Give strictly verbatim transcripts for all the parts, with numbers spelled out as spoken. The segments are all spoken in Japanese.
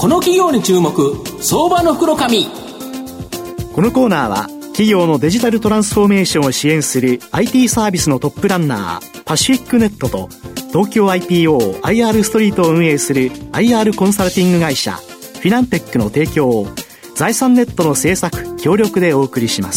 この企業に注目、相場の福の神。 このコーナーは企業のデジタルトランスフォーメーションを支援する アイティー サービスのトップランナーパシフィックネットと東京 アイピーオー アイアール ストリートを運営する アイアール コンサルティング会社フィナンテックの提供を財産ネットの制作協力でお送りします。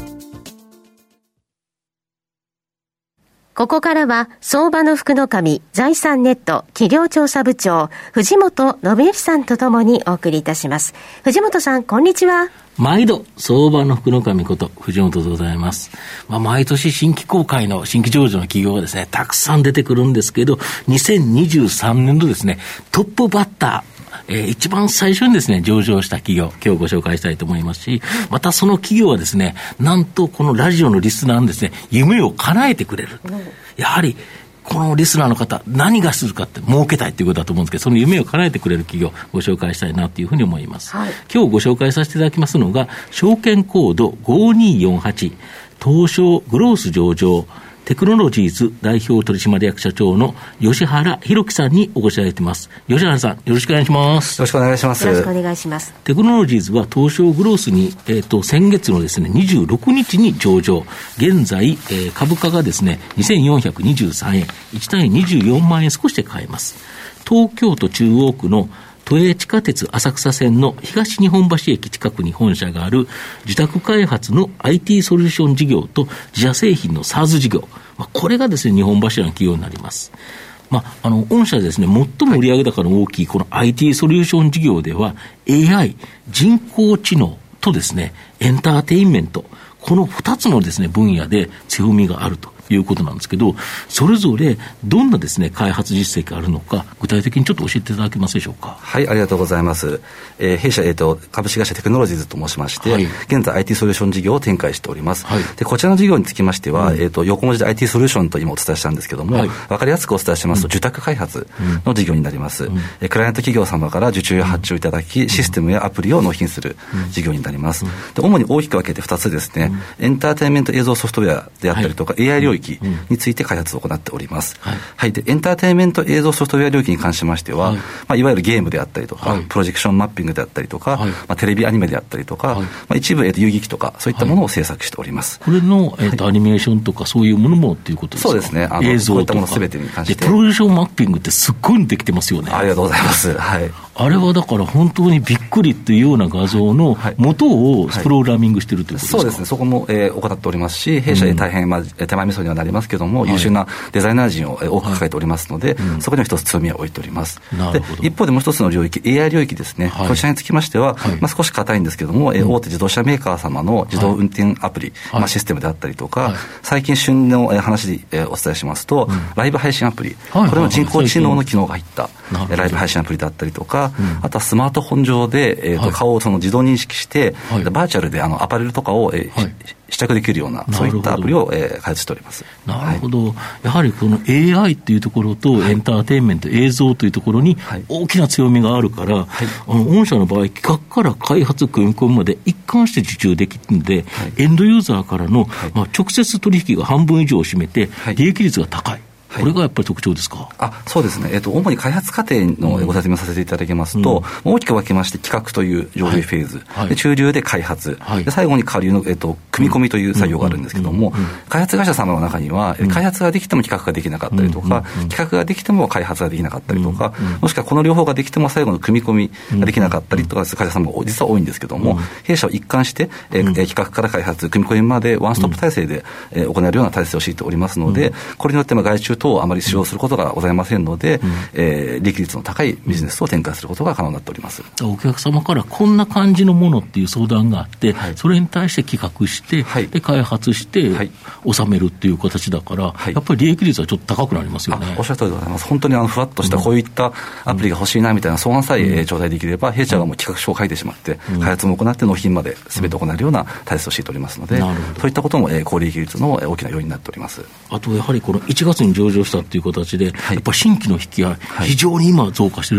ここからは相場の福の神財産ネット企業調査部長藤本信之さんとともにお送りいたします。藤本さん、こんにちは。 毎度相場の福の神こと藤本でございます。まあ、毎年新規公開の新規上場の企業がですねたくさん出てくるんですけど、にせんにじゅうさんねん度ですねトップバッター、えー、一番最初にですね上場した企業、今日ご紹介したいと思いますし、またその企業はですねなんとこのラジオのリスナーのですね夢を叶えてくれる。やはりこのリスナーの方、何がするかって儲けたいということだと思うんですけど、その夢を叶えてくれる企業をご紹介したいなというふうに思います、はい、今日ご紹介させていただきますのが証券コードごにーよんはち東証グロース上場テクノロジーズ代表取締役社長の吉原弘樹さんにお越しいただいています。吉原さん、よろしくお願いします。 よろしくお願いします。 よろしくお願いします。 テクノロジーズは東証グロースに、えー、と先月のですねにじゅうろくにちに上場。現在、えー、株価がですねにせんよんひゃくにじゅうさんえん、いち単位にじゅうよんまんえん少しで買えます。東京都中央区の都営地下鉄浅草線の東日本橋駅近くに本社がある自宅開発の アイティー ソリューション事業と自社製品の サーズ 事業、まあ、これがですね日本柱の企業になります。まあ、あの御社でですね最も売上高の大きいこの アイティー ソリューション事業では エーアイ 人工知能とですねエンターテインメント、このふたつのですね分野で強みがあるということなんですけど、それぞれどんなですね開発実績があるのか具体的にちょっと教えていただけますでしょうか。 はい、ありがとうございます。えー、弊社、えー、と株式会社テクノロジーズと申しまして、はい、現在 アイティー ソリューション事業を展開しております、はい、でこちらの事業につきましては、うん、えー、と横文字で アイティー ソリューションと今お伝えしたんですけども、はい、分かりやすくお伝えしますと、うん、受託開発の事業になります、うん、えー、クライアント企業様から受注や発注いただき、うん、システムやアプリを納品する事業になります、うん、で主に大きく分けてふたつですね、うん、エンターテインメント映像ソフトウェアであったりとか、はい、エーアイ 領域について開発を行っております、はいはい、でエンターテインメント映像ソフトウェア領域に関しましては、はい、まあ、いわゆるゲームであったりとか、はい、プロジェクションマッピングであったりとか、はい、まあ、テレビアニメであったりとか、はい、まあ、一部、えー、と遊戯機とかそういったものを制作しております、 はい、これの、えーとはい、アニメーションとかそういうものもということですか。 そうですね、あの映像とかこういったものすべてに関して。 プロジェクションマッピングってすっごいできてますよね。 ありがとうございます、はい、 あれはだから本当にびっくりというような画像の元をプログラミングしてるということですか。 はいはい、そうですね、そこも、えー、行っておりますし、弊社で大変、まあ、手前味噌にはなりますけども、はい、優秀なデザイナー陣を多く抱えておりますので、はい、うん、そこにも一つ強みを置いております。で一方でもう一つの領域 エーアイ 領域ですね、はい、こちらにつきましては、はい、まあ、少し硬いんですけども、うん、大手自動車メーカー様の自動運転アプリ、はい、まあ、システムであったりとか、はい、最近旬の話でお伝えしますと、うん、ライブ配信アプリ、はい、これも人工知能の機能が入ったライブ配信アプリだったりとか、うん、あとはスマートフォン上で、えーとはい、顔をその自動認識して、はい、バーチャルであのアパレルとかを、えーはい、試着できるようなそういったアプリを、えー、開発しております。 なるほど、はい、やはりこの エーアイ というところと、はい、エンターテインメント映像というところに大きな強みがあるから、はい、あの御社の場合企画から開発組み込みまで一貫して受注できるので、はい、エンドユーザーからの、はい、まあ、直接取引が半分以上を占めて、はい、利益率が高い、これがやっぱり特徴ですか。はい、 あ、そうですね、えーと、主に開発過程のご説明させていただきますと、うん、大きく分けまして企画という上流フェーズ、はい、で中流で開発、はい、で最後に下流の、えーと、組み込みという作業があるんですけども、開発会社様の中には、うん、開発ができても企画ができなかったりとか、うん、企画ができても開発ができなかったりとか、うん、もしくはこの両方ができても最後の組み込みができなかったりとかする会社様が実は多いんですけども、うん、弊社は一貫して、えーうん、企画から開発組み込みまでワンストップ体制で、えー、行えるような体制を敷いておりますので、うん、これによって外注等をあまり使用することがございませんので、うん、えー、利益率の高いビジネスを展開することが可能になっております。 お客様からこんな感じのものっていう相談があって、はい、それに対して企画して、はい、で開発して、はい、収めるっていう形だから、はい、やっぱり利益率はちょっと高くなりますよね。 おっしゃる通りでございます。本当にあのふわっとしたこういったアプリが欲しいなみたいな相談さえ頂戴できれば、弊社はもう企画書を書いてしまって、うん、開発も行って納品まで全て行えるような体制を敷いておりますので、うん、そういったことも、えー、高利益率の大きな要因になっております。 あとやはりこのいちがつに上場したっていう形で、はい、やっぱ新規の引き合い、はい、非常に今増加しているとか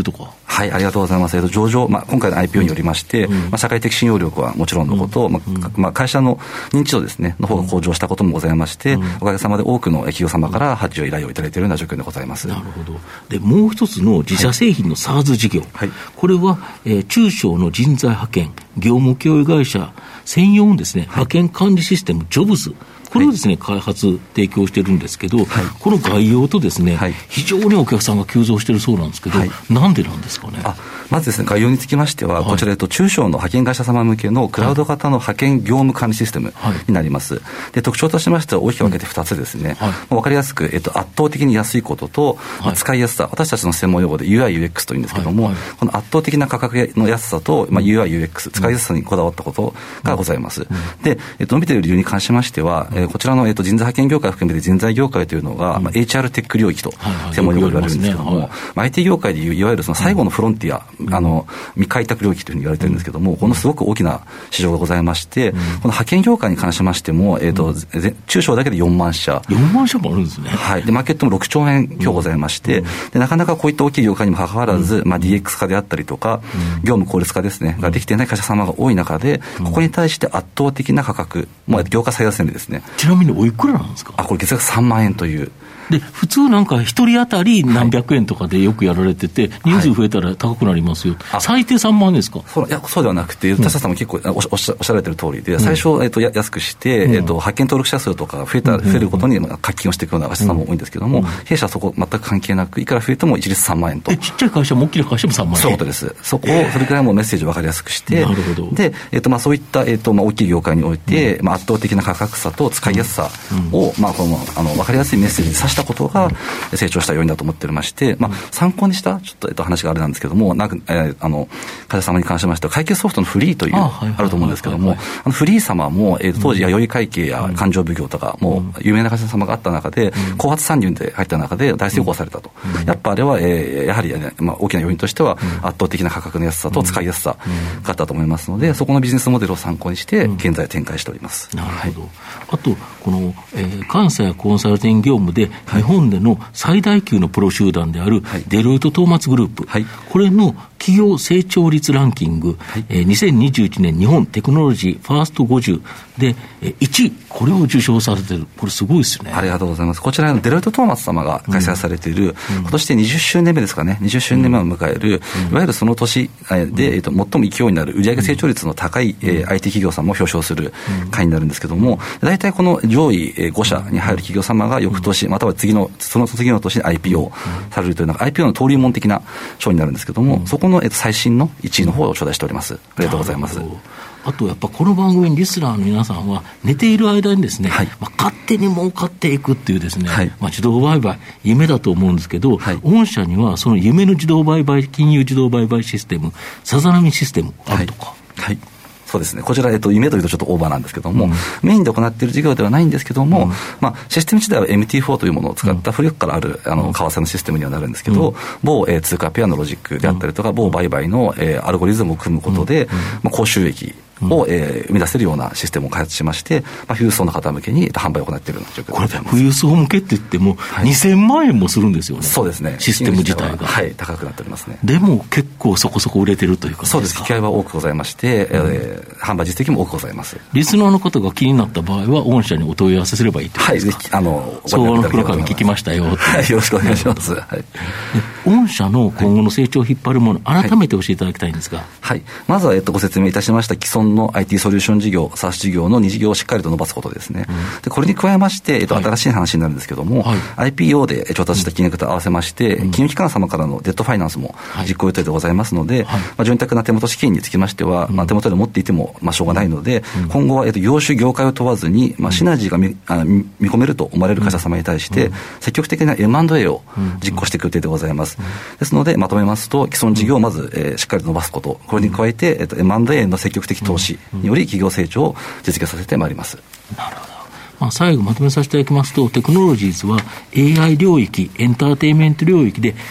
はい、ありがとうございます。えっと、上場、まあ、今回の アイピーオー によりまして、うん、まあ、社会的信用力はもちろんのこと、うん、まあまあ、会社の認知度ですねの方が向上したこともございまして、うん、おかげさまで多くの企業様から発注依頼をいただいているような状況でございます。 なるほど。で、もう一つの自社製品の SaaS 事業、はい、これは、えー、中小の人材派遣業務請負会社専用のですね、派遣管理システム、ジョブズ、これをですね、はい、開発、提供してるんですけど、はい、この概要とですね、はい、非常にお客さんが急増しているそうなんですけど、はい、なんでなんですかね。 あ、まずですね、概要につきましては、はい、こちら、えっと、中小の派遣会社様向けのクラウド型の派遣業務管理システムになります。はい、で、特徴としましては大きく分けてふたつですね。うん、はい、分かりやすく、えっと、圧倒的に安いことと、はい、使いやすさ、私たちの専門用語で ユーアイユーエックス というんですけども、はいはい、この圧倒的な価格の安さと、まあ、ユーアイユーエックス、使いやすさにこだわったことがございます。うん、で、えっと、伸びている理由に関しましては、えー、こちらの、えっと、人材派遣業界を含めて人材業界というのが、うん、まあ、エイチアール テック領域と専門用語で言われるんですけども、はいはい、まあ、アイティー 業界でいういわゆるその最後のフロンティア、うん、あの未開拓領域というふうに言われてるんですけども、うん、このすごく大きな市場がございまして、うん、この派遣業界に関しましても、えーとうん、中小だけでよんまんしゃよんまんしゃもあるんですね。 はい、でマーケットもろくちょうえん強ございまして、うん、でなかなかこういった大きい業界にもかかわらず、うん、まあ、ディーエックス 化であったりとか、うん、業務効率化ですねができていない会社様が多い中で、うん、ここに対して圧倒的な価格、もう業界最安値でですね。 ちなみにおいくらなんですか。 あ、これ月額さんまんえんという。 で普通なんか一人当たり何百円とかでよくやられてて、はい、人数増えたら高くなりますよ、はい、最低さんまんですか。 そう、いや、そうではなくて、田下さんも結構お っ, おっしゃられてる通りで、最初、えっと、安くして、うん、えっと、派遣登録者数とか増えた、増えることに課金をしていくような会社さんも多いんですけども、うん、弊社はそこ全く関係なく、いくら増えても一律さんまんえんと。 え、ちっちゃい会社も大きな会社もさんまんえん。 そういうことです。そこをそれくらいもメッセージを分かりやすくして、 なるほど。 で、えっと、まあ、そういった、えっと、まあ、大きい業界において、うん、まあ、圧倒的な価格差と使いやすさを、うん、まあ、このあの分かりやすいメッセージに指したことが、うん、成長した要因だと思っておりまして、まあ、参考にしたちょっと、えっと、話があれなんですけども、なんか、えー、あの会社様に関しましては会計ソフトのフリーというあると思うんですけども、あのフリー様も、えー、当時弥生会計や勘定奉行とか、うん、もう有名な会社様があった中で、うん、後発参入で入った中で大成功されたと、うん、やっぱあれは、えー、やはり、ね、まあ、大きな要因としては、うん、圧倒的な価格の安さと使いやすさがあったと思いますので、そこのビジネスモデルを参考にして現在展開しております。 うん、なるほど。はい、あとこの、えー、監査やコンサルティング業務で日本での最大級のプロ集団であるデロイトトーマツグループ、はい、これの企業成長率ランキング、はい、えー、にせんにじゅういちねん日本テクノロジーファーストごじゅうで、えー、いちい、これを受賞されている。これすごいですね。 ありがとうございます。こちらのデロイトトーマツ様が開催されている、うん、今年でにじゅっしゅうねんめですかね、にじゅっしゅうねんめを迎える、うん、いわゆるその年で、うん、えー、と最も勢いになる売上成長率の高い、うん、えー、アイティー 企業様を表彰する会になるんですけども、大体この上位ごしゃに入る企業様が翌年、または次のその次の年に アイピーオー されるというのが アイピーオー の登竜門的な賞になるんですけども、うん、そこの、えー、最新のいちいの方を頂戴しております。ありがとうございます。 あとやっぱこの番組にリスナーの皆さんは寝ている間にですね、はい、まあ、勝手に儲かっていくっていうですね、はい、まあ、自動売買夢だと思うんですけど、はい、御社にはその夢の自動売買金融自動売買システムさざ波システムあるとか。 はい、はい、そうですね。こちら、えっと、夢というとちょっとオーバーなんですけども、うん、メインで行っている事業ではないんですけども、うん、まあ、システム自体は エムティーフォー というものを使った古くからある、あの、為替のシステムにはなるんですけど、うん、某、えー、通貨ペアのロジックであったりとか、うん、某売買の、えー、アルゴリズムを組むことで、うん、まあ、高収益を、えー、生み出せるようなシステムを開発しまして、まあ、富裕層の方向けに販売を行っているような状況でございます。 これ富裕層向けって言っても、はい、にせんまんえんもするんですよね。 そうですね。 システム自体が。 はい、高くなっておりますね。 でも結構そこそこ売れてるというか。 そうです。機会は多くございまして、うん、えー、販売実績も多くございます。 リスナーの方が気になった場合は、御社にお問い合わせすればいいということですか。 はい、ぜひ、あの、 相場の黒髪聞きましたよ。 はい、よろしくお願いします。はい。 御社の今後の成長を引っ張るもの、改めて教えていただきたいんですが。はい。 はい、まずは、えっと、ご説明いたしました既存の アイティー ソリューション事業、SaaS 事業のに事業をしっかりと伸ばすことですね。うん、でこれに加えまして、えっと、新しい話になるんですけども、はい、アイピーオー で調達した金額と合わせまして、うん、金融機関様からのデッドファイナンスも実行予定でございますので、はい、まあ、潤沢な手元資金につきましては、うん、まあ、手元で持っていても、まあ、しょうがないので、うん、今後は、えっと、業種業界を問わずに、まあ、シナジーが 見, あ見込めると思われる会社様に対して、うん、積極的な エムアンドエー を実行していく予定でございます。うん、ですので、まとめますと、既存事業をまず、えー、しっかりと伸ばすこと、これに加えて、えっと、エムアンドエー の積極的投資により企業成長を実現させてまいります。 なるほど。まあ、最後まとめさせていただきますと、テクノロジーズは エーアイ 領域、エンターテインメント領域で機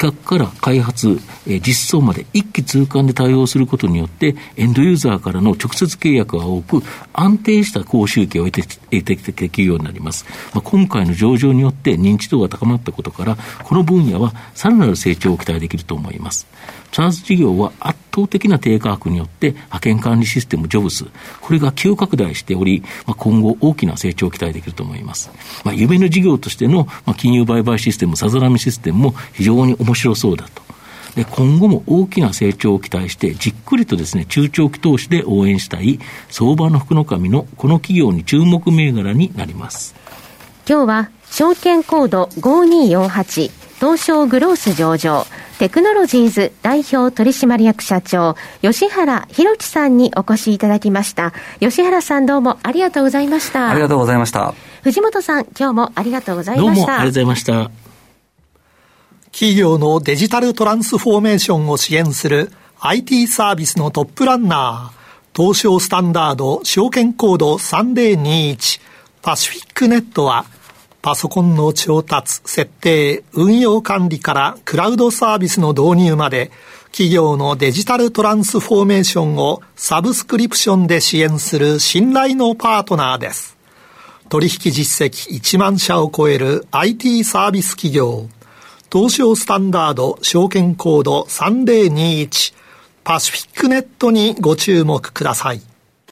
企画から開発、えー、実装まで一気通貫で対応することによってエンドユーザーからの直接契約が多く安定した高収益を得て得てできるようになります。まあ、今回の上場によって認知度が高まったことからこの分野はさらなる成長を期待できると思います。チャーズ事業は圧倒的な低価格によって派遣管理システムジョブスこれが急拡大しており、まあ、今後大きな成長を期待できると思います。まあ、夢の事業としての、まあ、金融売買システムさざ波システムも非常に面白そうだと。で今後も大きな成長を期待してじっくりとですね中長期投資で応援したい相場の福の神のこの企業に注目銘柄になります。 今日は証券コードごにーよんはち東証グロース上場テクノロジーズ代表取締役社長吉原弘樹さんにお越しいただきました。吉原さんどうもありがとうございました。 ありがとうございました。 藤本さん今日もありがとうございました。 どうもありがとうございました。 企業のデジタルトランスフォーメーションを支援する アイティー サービスのトップランナー東証スタンダード証券コードさんぜろにいちパシフィックネットはパソコンの調達、設定、運用管理からクラウドサービスの導入まで企業のデジタルトランスフォーメーションをサブスクリプションで支援する信頼のパートナーです。取引実績いちまんしゃを超える アイティー サービス企業東証スタンダード証券コードさんぜろにいちパシフィックネットにご注目ください。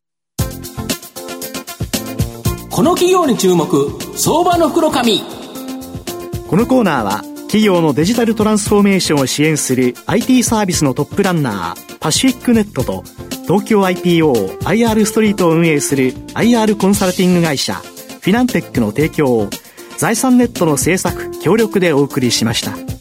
この企業に注目相場の福の神。 このコーナーは企業のデジタルトランスフォーメーションを支援する アイティー サービスのトップランナーパシフィックネットと東京 アイピーオー アイアール ストリートを運営する アイアール コンサルティング会社フィナンテックの提供を財産ネットの制作協力でお送りしました。